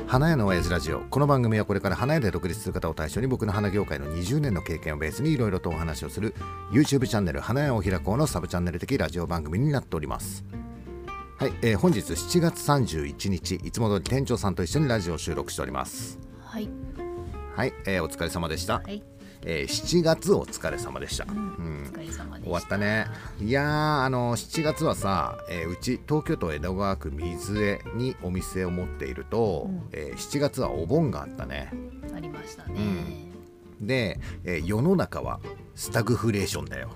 花屋の親父ラジオ。この番組はこれから花屋で独立する方を対象に僕の花業界の20年の経験をベースにいろいろとお話をする YouTube チャンネル花屋を開こうのサブチャンネル的ラジオ番組になっております。はい、本日7月31日いつも通り店長さんと一緒にラジオを収録しております。 はい、 はい、お疲れ様でした。 はい、 7月お疲れ様でした。 お疲れ様でした。 終わったね。いやー、7月はさ、うち東京都江戸川区水江にお店を持っていると、7月はお盆があったね。 ありましたね。 で、世の中はスタグフレーションだよ。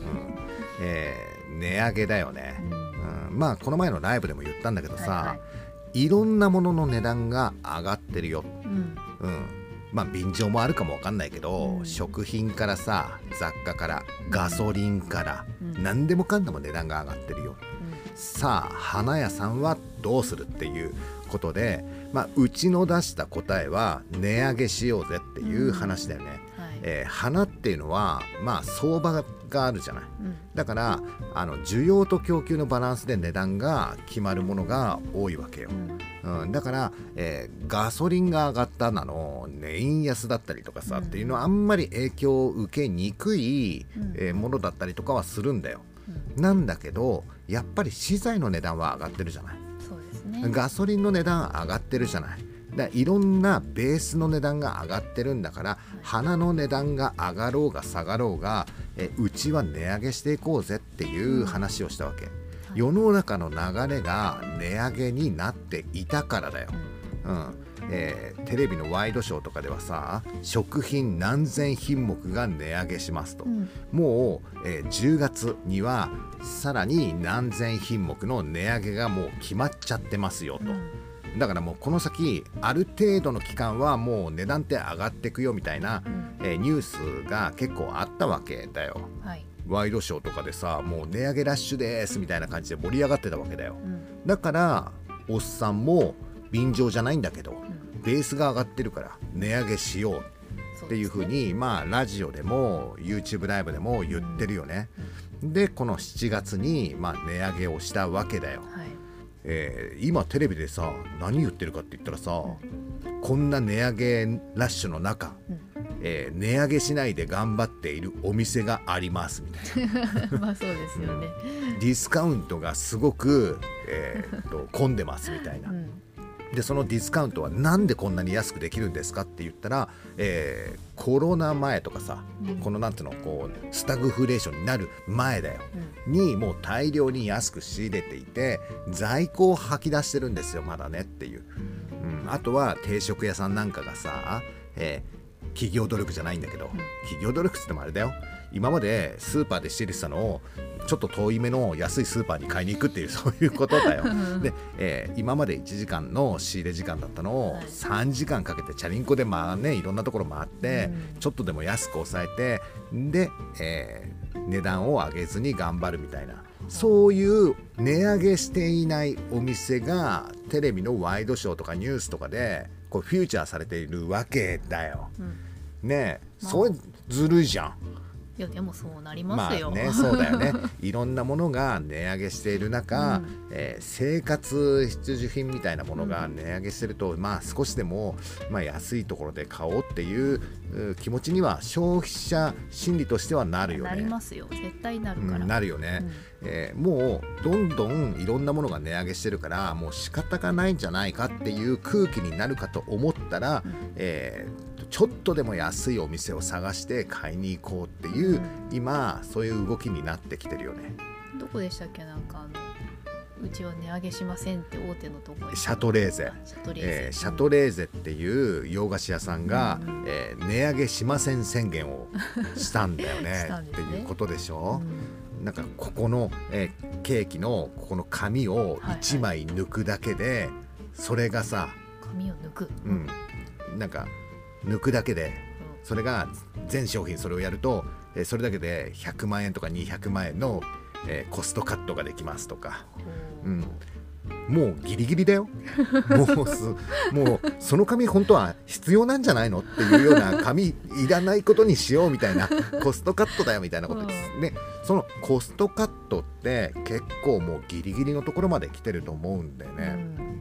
値上げだよね。まあこの前のライブでも言ったんだけどさ、いろんなものの値段が上がってるよ。まあ便乗もあるかもわかんないけど、食品からさ、雑貨からガソリンから、何でもかんでも値段が上がってるよ。さあ花屋さんはどうするっていうことで、うちの出した答えは値上げしようぜっていう話だよね。花っていうのは相場があるじゃない。だから需要と供給のバランスで値段が決まるものが多いわけよ。だから、ガソリンが上がったなの円安だったりとかさ、っていうのはあんまり影響を受けにくい、ものだったりとかはするんだよ。なんだけどやっぱり資材の値段は上がってるじゃない。 そうですね。 ガソリンの値段上がってるじゃない。いろんなベースの値段が上がってるんだから、花の値段が上がろうが下がろうが、うちは値上げしていこうぜっていう話をしたわけ。世の中の流れが値上げになっていたからだよ。テレビのワイドショーとかではさ、食品何千品目が値上げしますと、もう、10月にはさらに何千品目の値上げがもう決まっちゃってますよと。だからもうこの先ある程度の期間はもう値段って上がってくよみたいな、ニュースが結構あったわけだよ。ワイドショーとかでさ、もう値上げラッシュですみたいな感じで盛り上がってたわけだよ。だからおっさんも便乗じゃないんだけど、ベースが上がってるから値上げしようっていう風に、ラジオでも YouTube ライブでも言ってるよね。でこの7月に値上げをしたわけだよ。今テレビでさ何言ってるかって言ったらさ、こんな値上げラッシュの中、値上げしないで頑張っているお店がありますみたいなそうですよね。 ディスカウントがすごく、混んでますみたいな。でそのディスカウントはなんでこんなに安くできるんですかって言ったら、コロナ前とかさ、このなんていうの、こうスタグフレーションになる前だよ、にもう大量に安く仕入れていて在庫を吐き出してるんですよまだねっていう。あとは定食屋さんなんかがさ、企業努力じゃないんだけど、企業努力って言ってもあれだよ。今までスーパーで仕入れてたのをちょっと遠い目の安いスーパーに買いに行くっていう、そういうことだよ。で、今まで1時間の仕入れ時間だったのを3時間かけてチャリンコでいろんなところ回って、ちょっとでも安く抑えてで、値段を上げずに頑張るみたいな、そういう値上げしていないお店がテレビのワイドショーとかニュースとかでこうフューチャーされているわけだよ。ねえ、それずるいじゃん。 いやでもそうなりますよ。 そうだよね。いろんなものが値上げしている中、生活必需品みたいなものが値上げしてると、少しでも、安いところで買おうっていう気持ちには消費者心理としてはなるよね。 なりますよ。絶対なるから。 なるよね。もうどんどんいろんなものが値上げしてるから、もう仕方がないんじゃないかっていう空気になるかと思ったら、ちょっとでも安いお店を探して買いに行こうっていう、今そういう動きになってきてるよね。 どこでしたっけ、なんかうちは値上げしませんって大手のところ。 シャトレーゼ。シャトレーゼっていう洋菓子屋さんが、値上げしません宣言をしたんだよねっていうことでしょ。なんかここの、ケーキのここの紙を1枚抜くだけで、それがさ、 紙を抜く、 なんか抜くだけで、それが全商品それをやると、それだけで100万円とか200万円の、コストカットができますとか、もうギリギリだよ。もうその紙本当は必要なんじゃないのっていうような紙いらないことにしようみたいな、コストカットだよみたいなことですね。そのコストカットって結構もうギリギリのところまで来てると思うんだよね。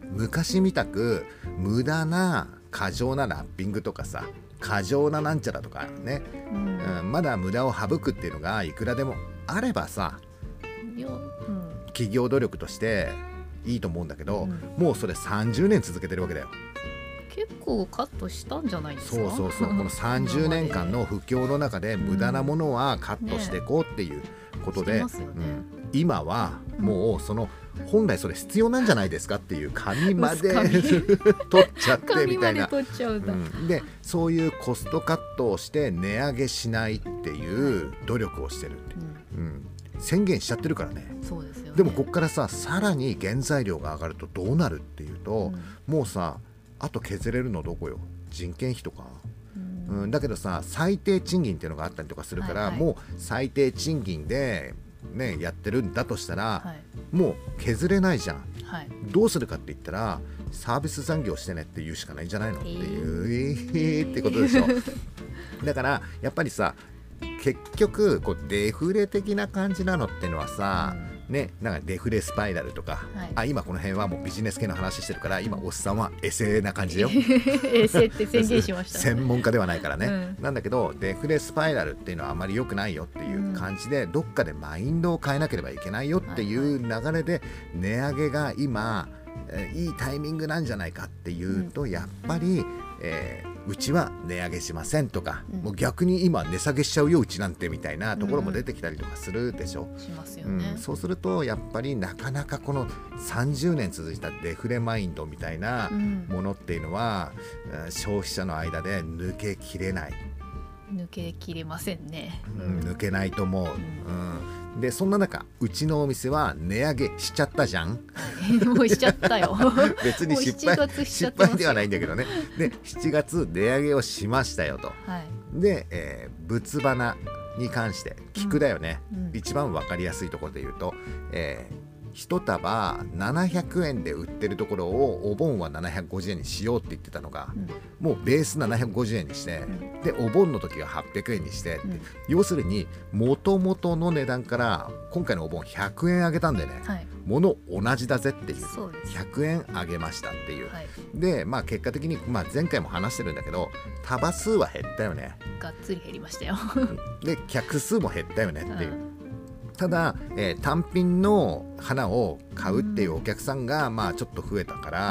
昔みたく無駄な過剰なラッピングとかさ、過剰ななんちゃらとかね、まだ無駄を省くっていうのがいくらでもあればさ、企業努力としていいと思うんだけど、もうそれ30年続けてるわけだよ。 結構カットしたんじゃないですか。 そうこの30年間の不況の中で無駄なものはカットしていこうっていうことで、今はもうその本来それ必要なんじゃないですかっていう紙まで取っちゃってみたいな。でそういうコストカットをして値上げしないっていう努力をしてるって、宣言しちゃってるからね。 そうですよね。 でもこっからさらに原材料が上がるとどうなるっていうと、もうさあと削れるのどこよ、人件費とか。だけどさ最低賃金っていうのがあったりとかするから、もう最低賃金でねやってるんだとしたら、もう削れないじゃん、どうするかって言ったらサービス残業してねって言うしかないんじゃないのっていうってことでしょだからやっぱりさ結局こうデフレ的な感じなのってのはさ、なんかデフレスパイラルとか、今この辺はもうビジネス系の話してるから今おっさんはエセな感じだよエセって宣言しました、 専門家ではないからね、なんだけどデフレスパイラルっていうのはあまり良くないよっていう感じで、どっかでマインドを変えなければいけないよっていう流れで値上げが今、いいタイミングなんじゃないかっていうと、やっぱり、うちは値上げしませんとか、もう逆に今値下げしちゃうようちなんてみたいなところも出てきたりとかするでしょ、 しますよね。 そうするとやっぱりなかなかこの30年続いたデフレマインドみたいなものっていうのは、消費者の間で抜けきれない、 抜けきれませんね、 抜けないと思う、でそんな中うちのお店は値上げしちゃったじゃんもうしちゃったよ別に失敗ではないんだけどね。で7月値上げをしましたよと、で、物花に関して菊だよね、一番分かりやすいところで言うと、1束700円で売ってるところをお盆は750円にしようって言ってたのが、もうベース750円にして、でお盆の時は800円にして、要するに元々の値段から今回のお盆100円上げたんでね、もの同じだぜっていう、100円上げましたっていう、でまあ結果的に、前回も話してるんだけど束数は減ったよね、 がっつり減りましたよで客数も減ったよねっていう、ただ、単品の花を買うっていうお客さんが、ちょっと増えたから、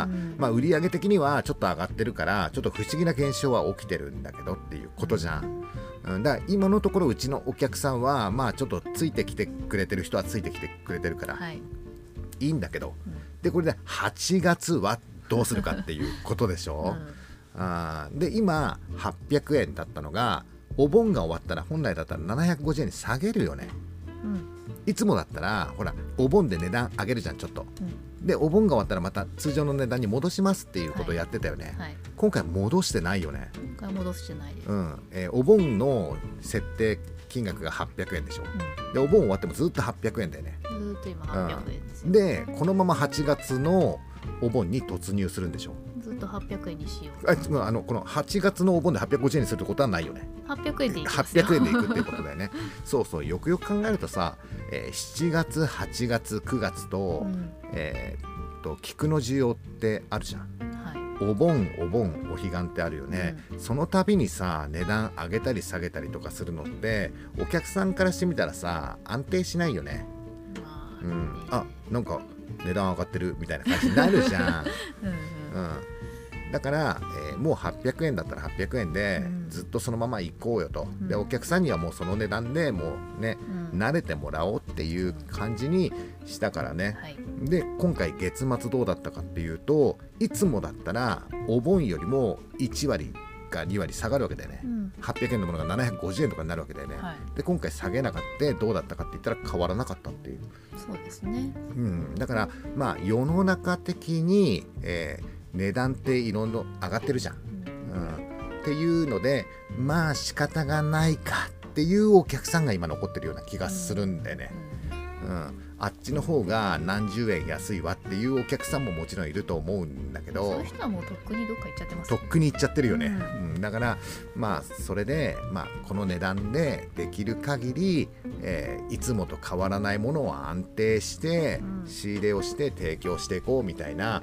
売上的にはちょっと上がってるからちょっと不思議な現象は起きてるんだけどっていうことじゃん、だから今のところうちのお客さんはちょっとついてきてくれてる人はついてきてくれてるから、いいんだけど、でこれで8月はどうするかっていうことでしょ、で今800円だったのがお盆が終わったら本来だったら750円に下げるよね、いつもだったらほらお盆で値段上げるじゃんちょっと、でお盆が終わったらまた通常の値段に戻しますっていうことをやってたよね、今回戻してないよね。 今回戻してないです、 お盆の設定金額が800円でしょ、でお盆終わってもずっと800円だよね、 ずっと今800円ですよ、 でこのまま8月のお盆に突入するんでしょ、 ずっと800円にしよう。 この8月のお盆で850円にするってことはないよね。 800円でいきますよ。 800円でいくっていうことだよねそうよくよく考えるとさ、7月8月9月と、菊の需要ってあるじゃん、お盆お彼岸ってあるよね、その度にさ値段上げたり下げたりとかするのってお客さんからしてみたらさ安定しないよね、なんか値段上がってるみたいな感じになるじゃんだから、もう800円だったら800円でずっとそのまま行こうよと、でお客さんにはもうその値段でもうね、慣れてもらおうっていう感じにしたからね、で今回月末どうだったかっていうといつもだったらお盆よりも1割か2割下がるわけだよね、800円のものが750円とかになるわけだよね、で今回下げなかったどうだったかって言ったら変わらなかったっていう。 そうですね、 だから世の中的に、値段っていろいろ上がってるじゃん、っていうので仕方がないかっていうお客さんが今残ってるような気がするんでね、あっちの方が何十円安いわっていうお客さんももちろんいると思うんだけど、 そういう人はもうとっくにどっか行っちゃってます、 とっくに行っちゃってるよね、だからそれで、この値段でできる限り、いつもと変わらないものを安定して、仕入れをして提供していこうみたいな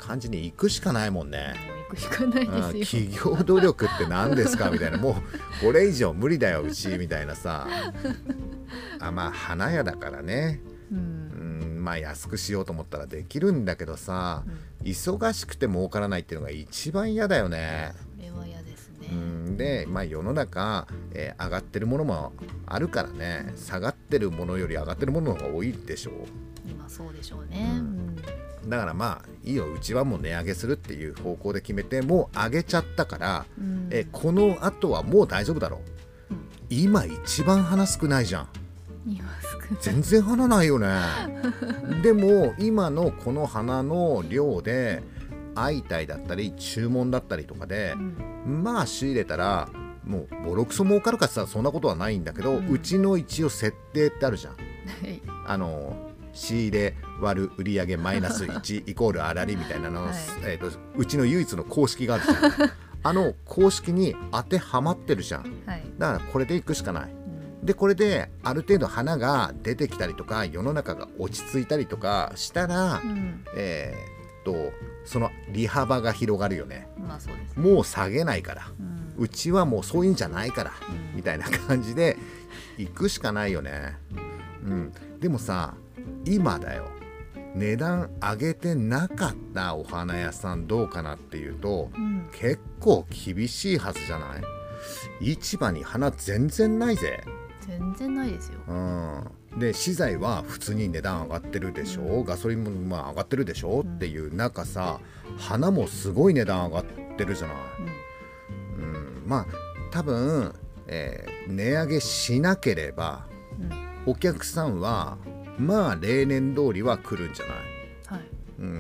感じに行くしかないもんね。 もう行くしかないですよ。 企業努力って何ですかみたいな、もうこれ以上無理だようちみたいなさまあ花屋だからね、まあ安くしようと思ったらできるんだけどさ、忙しくて儲からないっていうのが一番嫌だよね。 それは嫌ですね。 で、まあ、世の中、上がってるものもあるからね、下がってるものより上がってるものの方が多いでしょう。 今そうでしょうね。 だからまあいいよ、うちはもう値上げするっていう方向で決めてもう上げちゃったから、この後はもう大丈夫だろう。今一番花少ないじゃん。全然花ないよねでも今のこの花の量で相対だったり注文だったりとかで、まあ仕入れたらもうボロクソ儲かるかって言ったらそんなことはないんだけど、うちの一応設定ってあるじゃん仕入れ割る売上マイナス1イコール粗利みたいなの、うちの唯一の公式があるじゃん公式に当てはまってるじゃん、だからこれでいくしかない。でこれである程度花が出てきたりとか世の中が落ち着いたりとかしたら、その利幅が広がるよね。 そうです。 もう下げないから、うちはもうそういうんじゃないから、みたいな感じで行くしかないよね。でもさ、今だよ、値段上げてなかったお花屋さんどうかなっていうと、結構厳しいはずじゃない？市場に花全然ないぜ。 全然ないですよ。 で資材は普通に値段上がってるでしょ、ガソリンもまあ上がってるでしょ、っていう中さ、花もすごい値段上がってるじゃない。まあ多分、値上げしなければ、お客さんはまあ例年通りは来るんじゃない、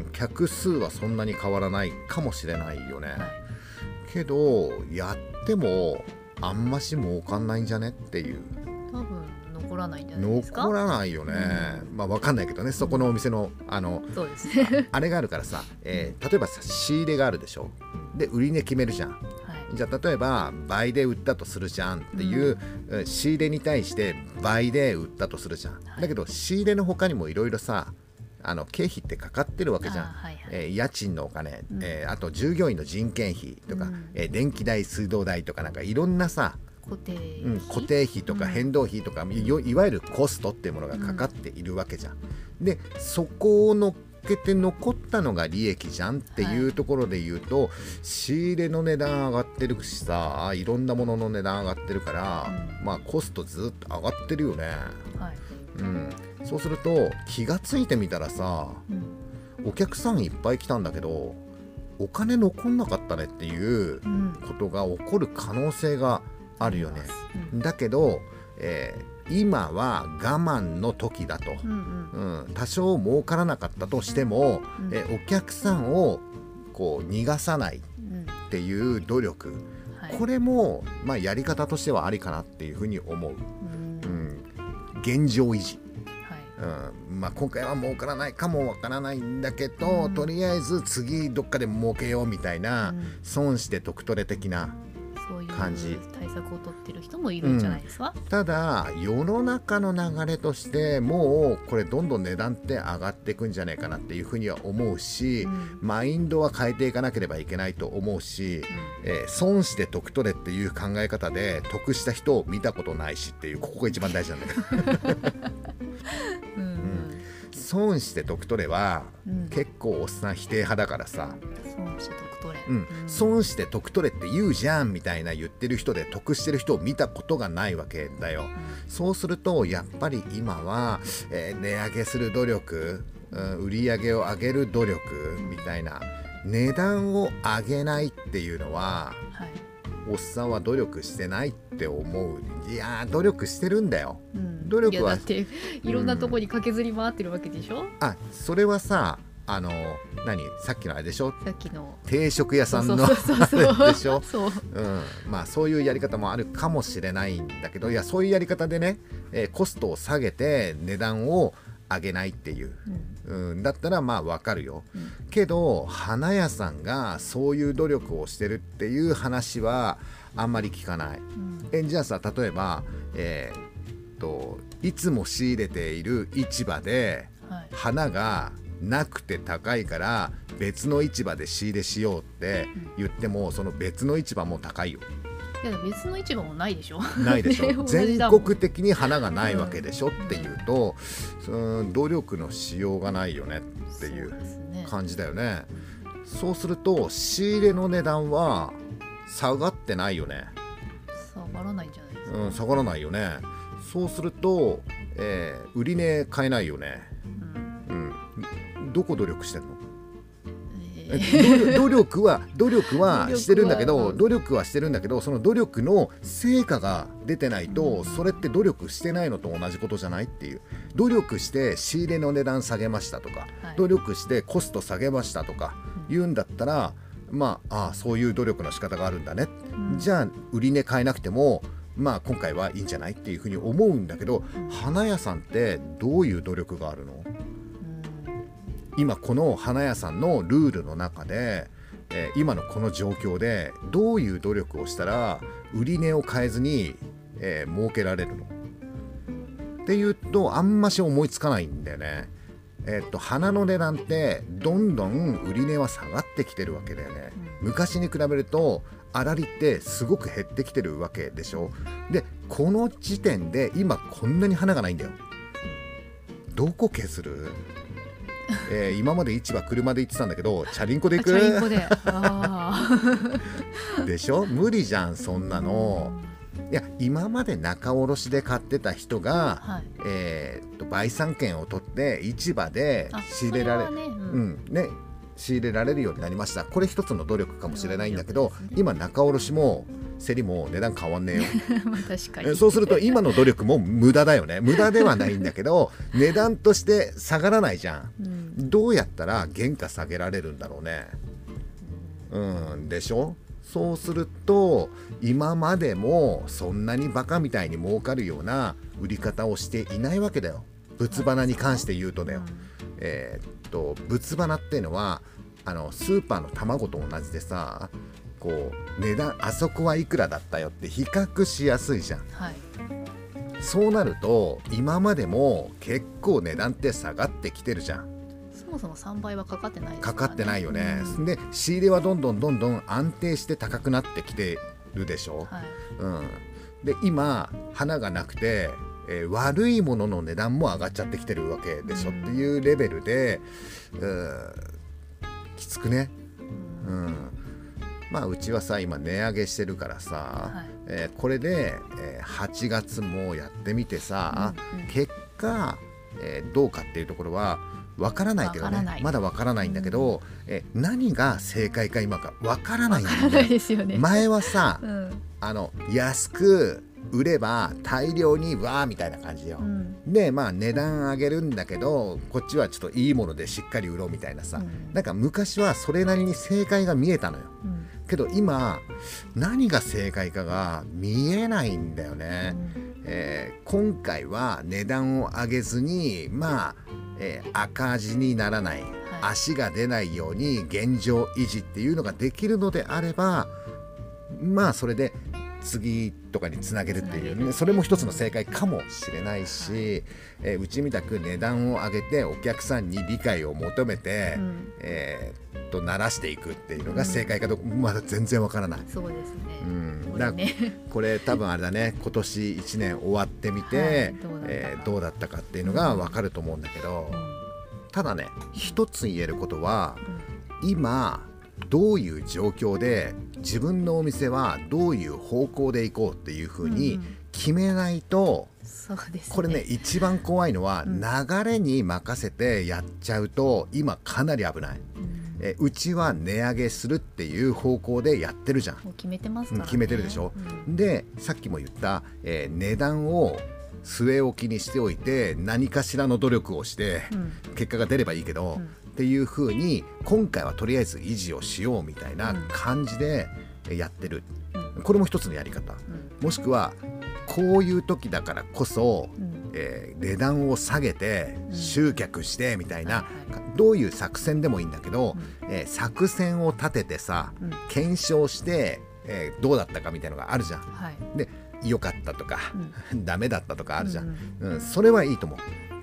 客数はそんなに変わらないかもしれないよね、けどやってもあんまし儲かんないんじゃねっていう。 多分残らないんじゃないですか。 残らないよね、まあ分かんないけどね、そこのお店のそうですねあれがあるからさ、例えばさ仕入れがあるでしょ、で売り値決めるじゃん、じゃあ例えば倍で売ったとするじゃんっていう、仕入れに対して倍で売ったとするじゃん、だけど仕入れの他にもいろいろさ経費ってかかってるわけじゃん、家賃のお金、あと従業員の人件費とか、電気代水道代とかなんかいろんなさ固定費とか変動費とか、いわゆるコストっていうものがかかっているわけじゃん、でそこを乗っけて残ったのが利益じゃんっていうところで言うと、仕入れの値段上がってるしさ、いろんなものの値段上がってるから、まあコストずっと上がってるよね、そうすると気がついてみたらさ、お客さんいっぱい来たんだけどお金残んなかったねっていうことが起こる可能性があるよね、だけど、今は我慢の時だと、多少儲からなかったとしても、お客さんをこう逃がさないっていう努力、これも、まあ、やり方としてはありかなっていうふうに思う、現状維持、まあ、今回は儲からないかもわからないんだけど、とりあえず次どっかで儲けようみたいな、損して得取れ的な感じ、 対策を取ってる人もいるんじゃないですか、 ただ世の中の流れとしてもうこれどんどん値段って上がっていくんじゃないかなっていうふうには思うし、マインドは変えていかなければいけないと思うし、損して得取れっていう考え方で得した人を見たことないしっていう、ここが一番大事なんだけど損して得取れは、結構おっさん否定派だからさ、 損して得取れ、 損して得取れって言うじゃんみたいな言ってる人で得してる人を見たことがないわけだよ、そうするとやっぱり今は、値上げする努力、売り上げを上げる努力みたいな、値段を上げないっていうのは、おっさんは努力してないって思う。いや努力してるんだよ、努力は。 いやだっていろんなとこに駆けずり回ってるわけでしょ、 それはさ、さっきのあれでしょ、 さっきの定食屋さんのあれでしょ、まあそういうやり方もあるかもしれないんだけど、いやそういうやり方でね、コストを下げて値段を上げないっていう、だったらまあわかるよ、けど花屋さんがそういう努力をしてるっていう話はあんまり聞かない、じゃあさ、例えばいつも仕入れている市場で、花がなくて高いから別の市場で仕入れしようって言っても、その別の市場も高いよ。 いや別の市場もないでしょ。 ないでしょ同全じだもん国的に花がないわけでしょっていうと、その努力のしようがないよねっていうそうですね。 感じだよね。そうすると仕入れの値段は下がってないよね。 下がらないんじゃないですか。 下がらないよね。そうすると、売り値買えないよね。どこ努力してんの？努力はしてるんだけど、その努力の成果が出てないと、それって努力してないのと同じことじゃないっていう。努力して仕入れの値段下げましたとか、努力してコスト下げましたとか言うんだったら、そういう努力の仕方があるんだね、じゃあ売り値変えなくても今回はいいんじゃないっていうふうに思うんだけど、花屋さんってどういう努力があるの？今この花屋さんのルールの中で、今のこの状況でどういう努力をしたら売り値を変えずに、儲けられるのっていうと、あんまし思いつかないんだよね。花の値段ってどんどん売り値は下がってきてるわけだよね。昔に比べると粗利ってすごく減ってきてるわけでしょ。でこの時点で今こんなに花がないんだよ。どこ削る？今まで市場車で行ってたんだけど、チャリンコで行く？ チャリンコででしょ。無理じゃんそんなの。いや今まで仲卸で買ってた人が、売産権を取って市場で仕入れられる、仕入れられるようになりました。これ一つの努力かもしれないんだけど、今仲卸も競りも値段変わんねえよ確かに。 そうすると今の努力も無駄だよね。無駄ではないんだけど値段として下がらないじゃん、どうやったら原価下げられるんだろうね。でしょ。そうすると今までもそんなにバカみたいに儲かるような売り方をしていないわけだよ。仏花に関して言うとだよ。仏花っていうのはスーパーの卵と同じでさ、こう値段あそこはいくらだったよって比較しやすいじゃん、そうなると今までも結構値段って下がってきてるじゃん。 そもそも3倍はかかってないですからね。かかってないよね、で仕入れはどんどん安定して高くなってきてるでしょ、で今花がなくて、悪いものの値段も上がっちゃってきてるわけでしょっていうレベルで、きつくね。うちはさ今値上げしてるからさ、これで、8月もやってみてさ、結果、どうかっていうところはわからないけどね。まだわからないんだけど、何が正解か今かわからないんだよね。 ですよね。 前はさ、安く売れば大量にわーみたいな感じよ、で値段上げるんだけどこっちはちょっといいものでしっかり売ろうみたいなさ、なんか昔はそれなりに正解が見えたのよ、けど今何が正解かが見えないんだよね、今回は値段を上げずに赤字にならない、足が出ないように現状維持っていうのができるのであればそれで次とかにつなげるっていう、それも一つの正解かもしれないし、うちみたく値段を上げてお客さんに理解を求めて、鳴らしていくっていうのが正解かどうかまだ全然わからない。 そうですね、これ多分あれだね、今年1年終わってみて、どうだったかっていうのがわかると思うんだけど、ただね一つ言えることは、今どういう状況で自分のお店はどういう方向で行こうっていう風に決めないと、これね一番怖いのは流れに任せてやっちゃうと今かなり危ない、うちは値上げするっていう方向でやってるじゃん。 もう決めてますからね。 決めてるでしょ、でさっきも言った、値段を据え置きにしておいて何かしらの努力をして結果が出ればいいけど、っていう風に今回はとりあえず維持をしようみたいな感じでやってる、これも一つのやり方、もしくはこういう時だからこそ、値段を下げて集客してみたいな、どういう作戦でもいいんだけど、作戦を立ててさ、検証して、どうだったかみたいなのがあるじゃん、で良かったとか、ダメだったとかあるじゃん、それはいいと思う。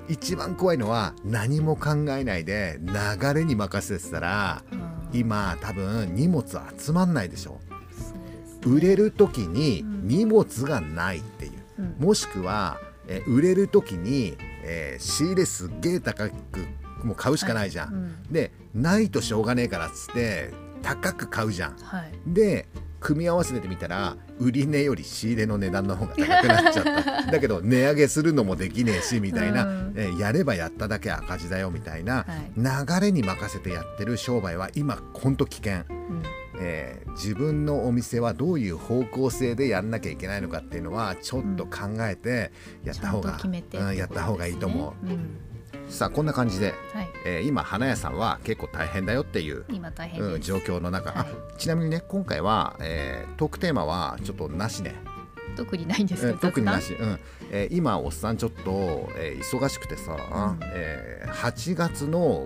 一番怖いのは何も考えないで流れに任せてたら、今多分荷物集まんないでしょ。売れる時に荷物がないっていう、もしくは、売れる時に、仕入れすっげえ高くもう買うしかないじゃん、でないとしょうがねえからっつって高く買うじゃん、で組み合わせてみたら売り値より仕入れの値段の方が高くなっちゃっただけど値上げするのもできねえしみたいな、やればやっただけ赤字だよみたいな、流れに任せてやってる商売は今ほんと危険、自分のお店はどういう方向性でやんなきゃいけないのかっていうのはちょっと考えてやった方が、やった方がいいと思う、さあこんな感じで、今花屋さんは結構大変だよっていう今大変です、 状況の中、ちなみにね今回は、トークテーマはちょっとなしね。 特にないんですけど、 特になし、今おっさんちょっと、忙しくてさ、8月の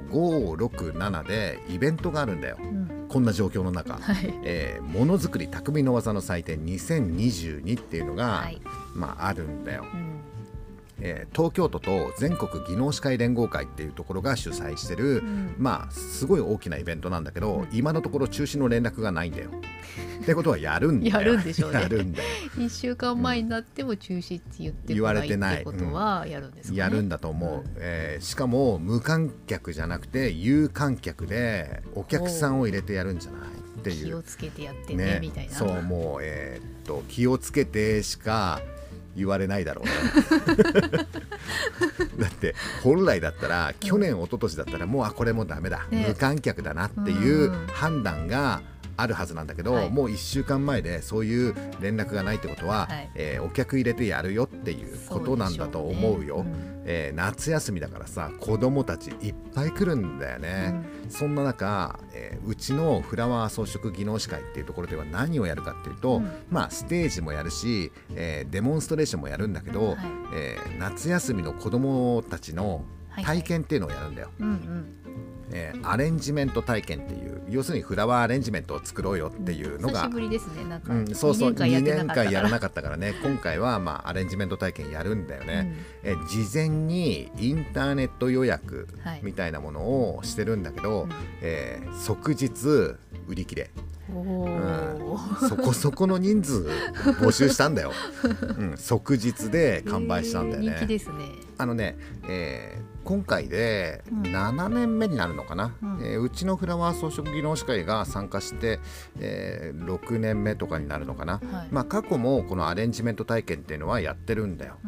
5、6、7でイベントがあるんだよ、こんな状況の中、ものづくり匠の技の祭典2022っていうのが、あるんだよ、東京都と全国技能士会連合会っていうところが主催してる、すごい大きなイベントなんだけど、今のところ中止の連絡がないんだよってことはやるんだよ。 やるんでしょうね。 やるんだよ。 1週間前になっても中止って言われてないってことはやるんですかね。 やるんだと思う、しかも無観客じゃなくて有観客でお客さんを入れてやるんじゃないっていう。 気をつけてやってねみたいな。 そうもう、気をつけてしか言われないだろうねだって本来だったら去年一昨年だったらもうこれもダメだ、無観客だなっていう判断があるはずなんだけど、もう1週間前でそういう連絡がないってことは、お客入れてやるよっていうことなんだと思うよ。夏休みだからさ子供たちいっぱい来るんだよね、そんな中、うちのフラワー装飾技能士会っていうところでは何をやるかっていうと、ステージもやるし、デモンストレーションもやるんだけど、夏休みの子供たちの体験っていうのをやるんだよ、アレンジメント体験っていう要するにフラワーアレンジメントを作ろうよっていうのが、 久しぶりですね。なんかそうそう2年間やらなかったからね今回はアレンジメント体験やるんだよね、事前にインターネット予約みたいなものをしてるんだけど、即日売り切れ、そこそこの人数募集したんだよ、即日で完売したんだよね。 人気ですね。 今回で7年目になるのかな、うちのフラワー装飾技能士会が参加して、6年目とかになるのかな、過去もこのアレンジメント体験っていうのはやってるんだよ、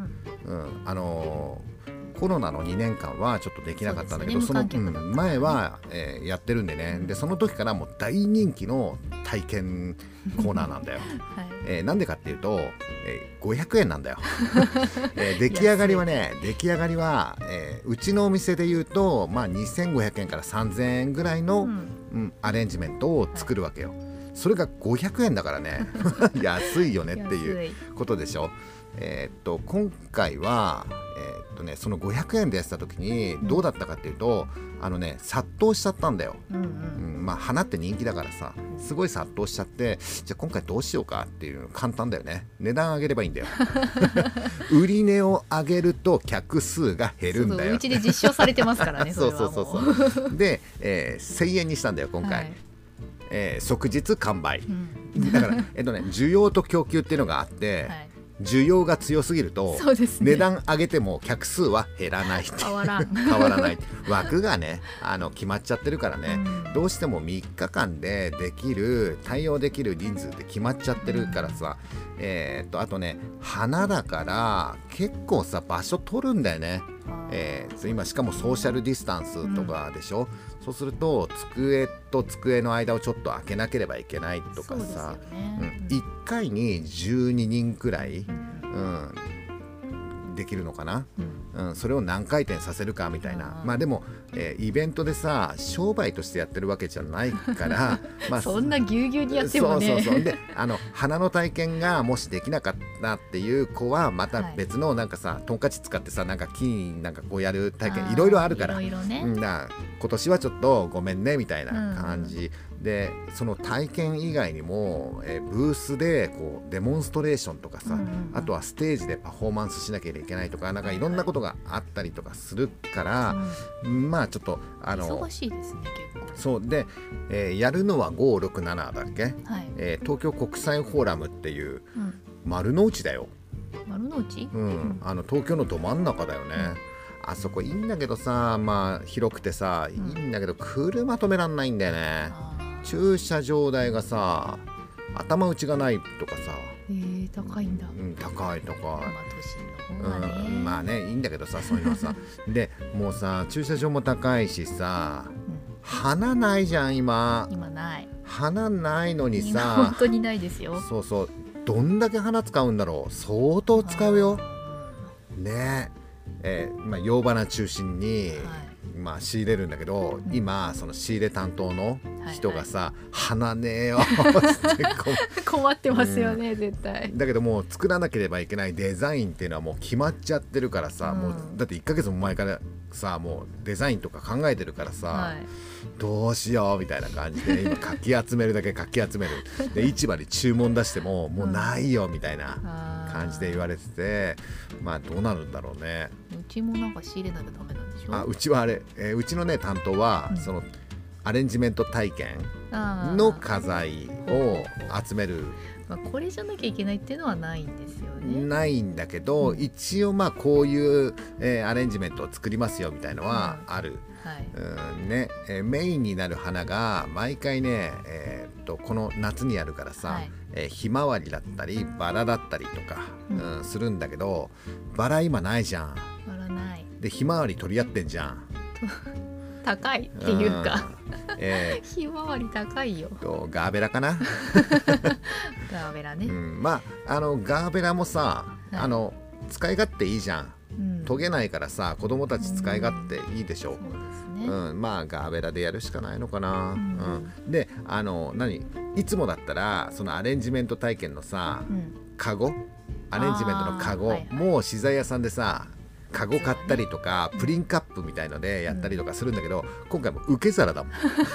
コロナの2年間はちょっとできなかったんだけど、その前は、やってるんでね、でその時からもう大人気の体験コーナーなんだよ、なんでかっていうと、500円なんだよ出来上がりはうちのお店でいうと、2500円から3000円ぐらいの、アレンジメントを作るわけよ。それが500円だからね安いよねっていうことでしょ。今回はその500円でやってた時にどうだったかっていうと、殺到しちゃったんだよ、花って人気だからさすごい殺到しちゃって、じゃあ今回どうしようかっていうの簡単だよね。値段上げればいいんだよ売り値を上げると客数が減るんだよ。 うちで実証されてますからねそれはもうそうで、1000円にしたんだよ今回、即日完売、だから需要と供給っていうのがあって、需要が強すぎると、値段上げても客数は減らないって変わらない枠がね決まっちゃってるからね、どうしても3日間で対応できる人数って決まっちゃってるからさ、あとね花だから結構さ場所取るんだよね、今しかもソーシャルディスタンスとかでしょ、そうすると机と机の間をちょっと開けなければいけないとかさ、1回に12人くらい、できるのかな、それを何回転させるかみたいな、でも、イベントでさ商売としてやってるわけじゃないからそんなぎゅうぎゅうにやってもねで花の体験がもしできなかったっていう子はまた別のなんかさトンカチ使ってさなんか木になんかこうやる体験いろいろあるから、子今年はちょっとごめんねみたいな感じ、でその体験以外にも、ブースでこうデモンストレーションとかさ、あとはステージでパフォーマンスしなきゃいけないとか、なんかいろんなことがあったりとかするから、まあちょっと忙しいですね結構。 そうで、やるのは567だっけ、 はい、 東京国際フォーラムっていう、丸の内だよ。 丸の内、 東京のど真ん中だよね、あそこいいんだけどさ、まあ広くてさいいんだけど、車止めらんないんだよね。駐車場代がさ頭打ちがないとかさ、 高いんだ。 高いとか、 まあ都心の方がね、 まあねいいんだけどさ、そういうのはさでもうさ駐車場も高いしさ、花ないじゃん今ない。 花ないのにさ、 本当にないですよ。 そうそう、どんだけ花使うんだろう、相当使うよね。洋花中心に、仕入れるんだけど、今その仕入れ担当の人がさ、花ねえよって困ってますよね、絶対。 だけどもう作らなければいけないデザインっていうのはもう決まっちゃってるからさ、もうだって1ヶ月も前からさもうデザインとか考えてるからさ、どうしようみたいな感じで今かき集めるだけかき集めるで市場に注文出してももうないよみたいな感じで言われてて、まあどうなるんだろうね。 うちもなんか仕入れなきゃダメなんでしょ。 うちはあれ、うちのね担当は、そのアレンジメント体験の画材を集める、 これじゃなきゃいけないっていうのはないんですよね。 ないんだけど、一応まあこういう、アレンジメントを作りますよみたいのはある、メインになる花が毎回ね、この夏にやるからさ、ひまわりだったりバラだったりとか、するんだけど、バラ今ないじゃん。 バラない。 でひまわり取り合ってんじゃん高いっていうか、ひまわり高いよ。 ガーベラかなガーベラね、 ガーベラもさ、使い勝手いいじゃん、研げないからさ子供たち使い勝手いいでしょ。 そうですね、 まあガーベラでやるしかないのかな、でいつもだったらそのアレンジメント体験のさ、カゴアレンジメントのカゴ、もう資材屋さんでさカゴ買ったりとか、プリンカップみたいのでやったりとかするんだけど、今回も受け皿だもん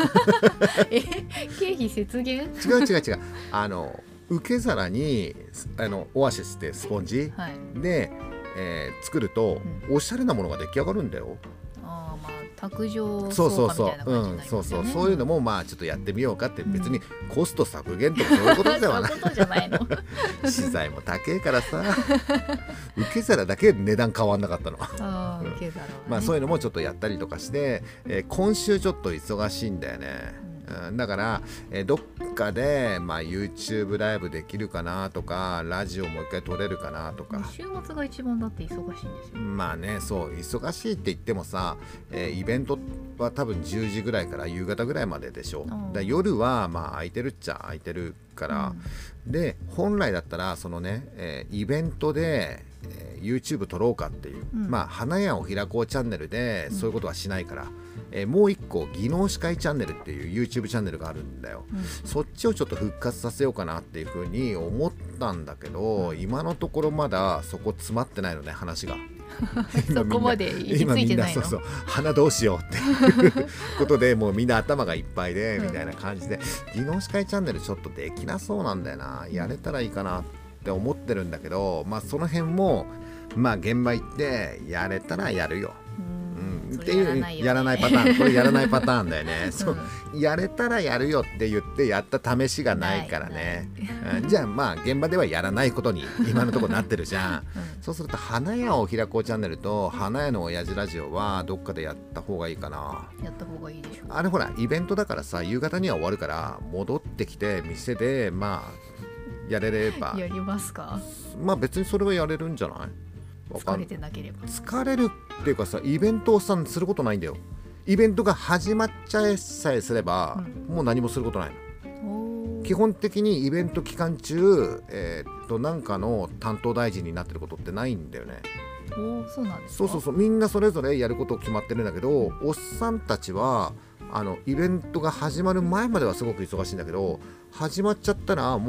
経費節減。 違う受け皿にオアシスってスポンジ、で、作ると、おしゃれなものが出来上がるんだよ。 卓上ソファみたいな感じになりますよね。 そういうのもまあちょっとやってみようかって、別にコスト削減とかそういうことではない。 そういうことじゃないの。 資材も高えからさ受け皿だけ値段変わんなかったの。 受け皿はね、 まあそういうのもちょっとやったりとかして、今週ちょっと忙しいんだよね。だから、どっかで、YouTube ライブできるかなとか、ラジオもう一回撮れるかなとか。 週末が一番だって忙しいんですよ。 まあね、そう忙しいって言ってもさ、イベントは多分10時ぐらいから夕方ぐらいまででしょ。だ夜はまあ空いてるっちゃ空いてるから、で本来だったらそのね、イベントで、YouTube 撮ろうかっていう、花屋を開こうチャンネルでそういうことはしないから、もう一個技能司会チャンネルっていう YouTube チャンネルがあるんだよ、そっちをちょっと復活させようかなっていうふうに思ったんだけど、今のところまだそこ詰まってないのね、話がそこまで行き着いてないの。 花どうしようっていうことでもうみんな頭がいっぱいで、みたいな感じで、技能司会チャンネルちょっとできなそうなんだよな、やれたらいいかなって思ってるんだけど、その辺も現場行ってやれたらやるよっていう、やらないパターン、これやらないパターンだよねそうやれたらやるよって言ってやった試しがないからね、じゃあ現場ではやらないことに今のところなってるじゃん、そうすると花屋を開こうチャンネルと花屋の親父ラジオはどっかでやった方がいいかな。 やった方がいいでしょ。 あれほらイベントだからさ、夕方には終わるから戻ってきて店でやれれば、 やりますか。 別にそれはやれるんじゃない。 疲れてなければ。 疲れるっていうかさ、イベントをすることないんだよ。イベントが始まっちゃえさえすれば、もう何もすることないの。基本的にイベント期間中、なんかの担当大臣になってることってないんだよね。 そうなんですか。 そうみんなそれぞれやること決まってるんだけど、おっさんたちはイベントが始まる前まではすごく忙しいんだけど、始まっちゃったらもう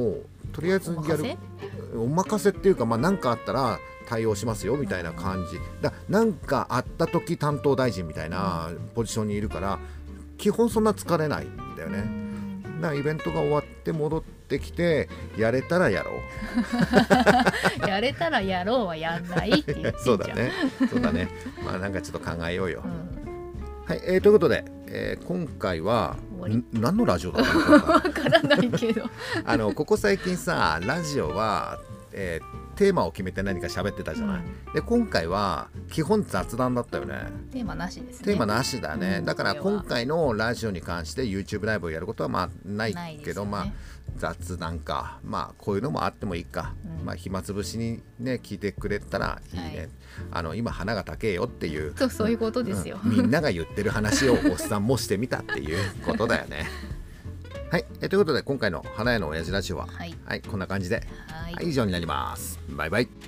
とりあえずやるお任せっていうか、何かあったら対応しますよみたいな感じだ。なんかあった時担当大臣みたいなポジションにいるから基本そんな疲れないんだよね。だからイベントが終わって戻ってきてやれたらやろうやれたらやろうはやんないって言ってんじゃんそうだねそうだね。なんかちょっと考えようよ、はい、ということで、今回は何のラジオだったのかわからないけどここ最近さラジオは、テーマを決めて何か喋ってたじゃない、で今回は基本雑談だったよね。 テーマなしですね。 テーマなしだね、だから今回のラジオに関して YouTube ライブをやることはないけど、雑談か、こういうのもあってもいいか、暇つぶしにね聞いてくれたらいいね、今花が高えよっていうそういうことですよ、 みんなが言ってる話をおっさんもしてみたっていうことだよねはい、ということで今回の花屋の親父ラジオは、はい、こんな感じで、以上になります。バイバイ。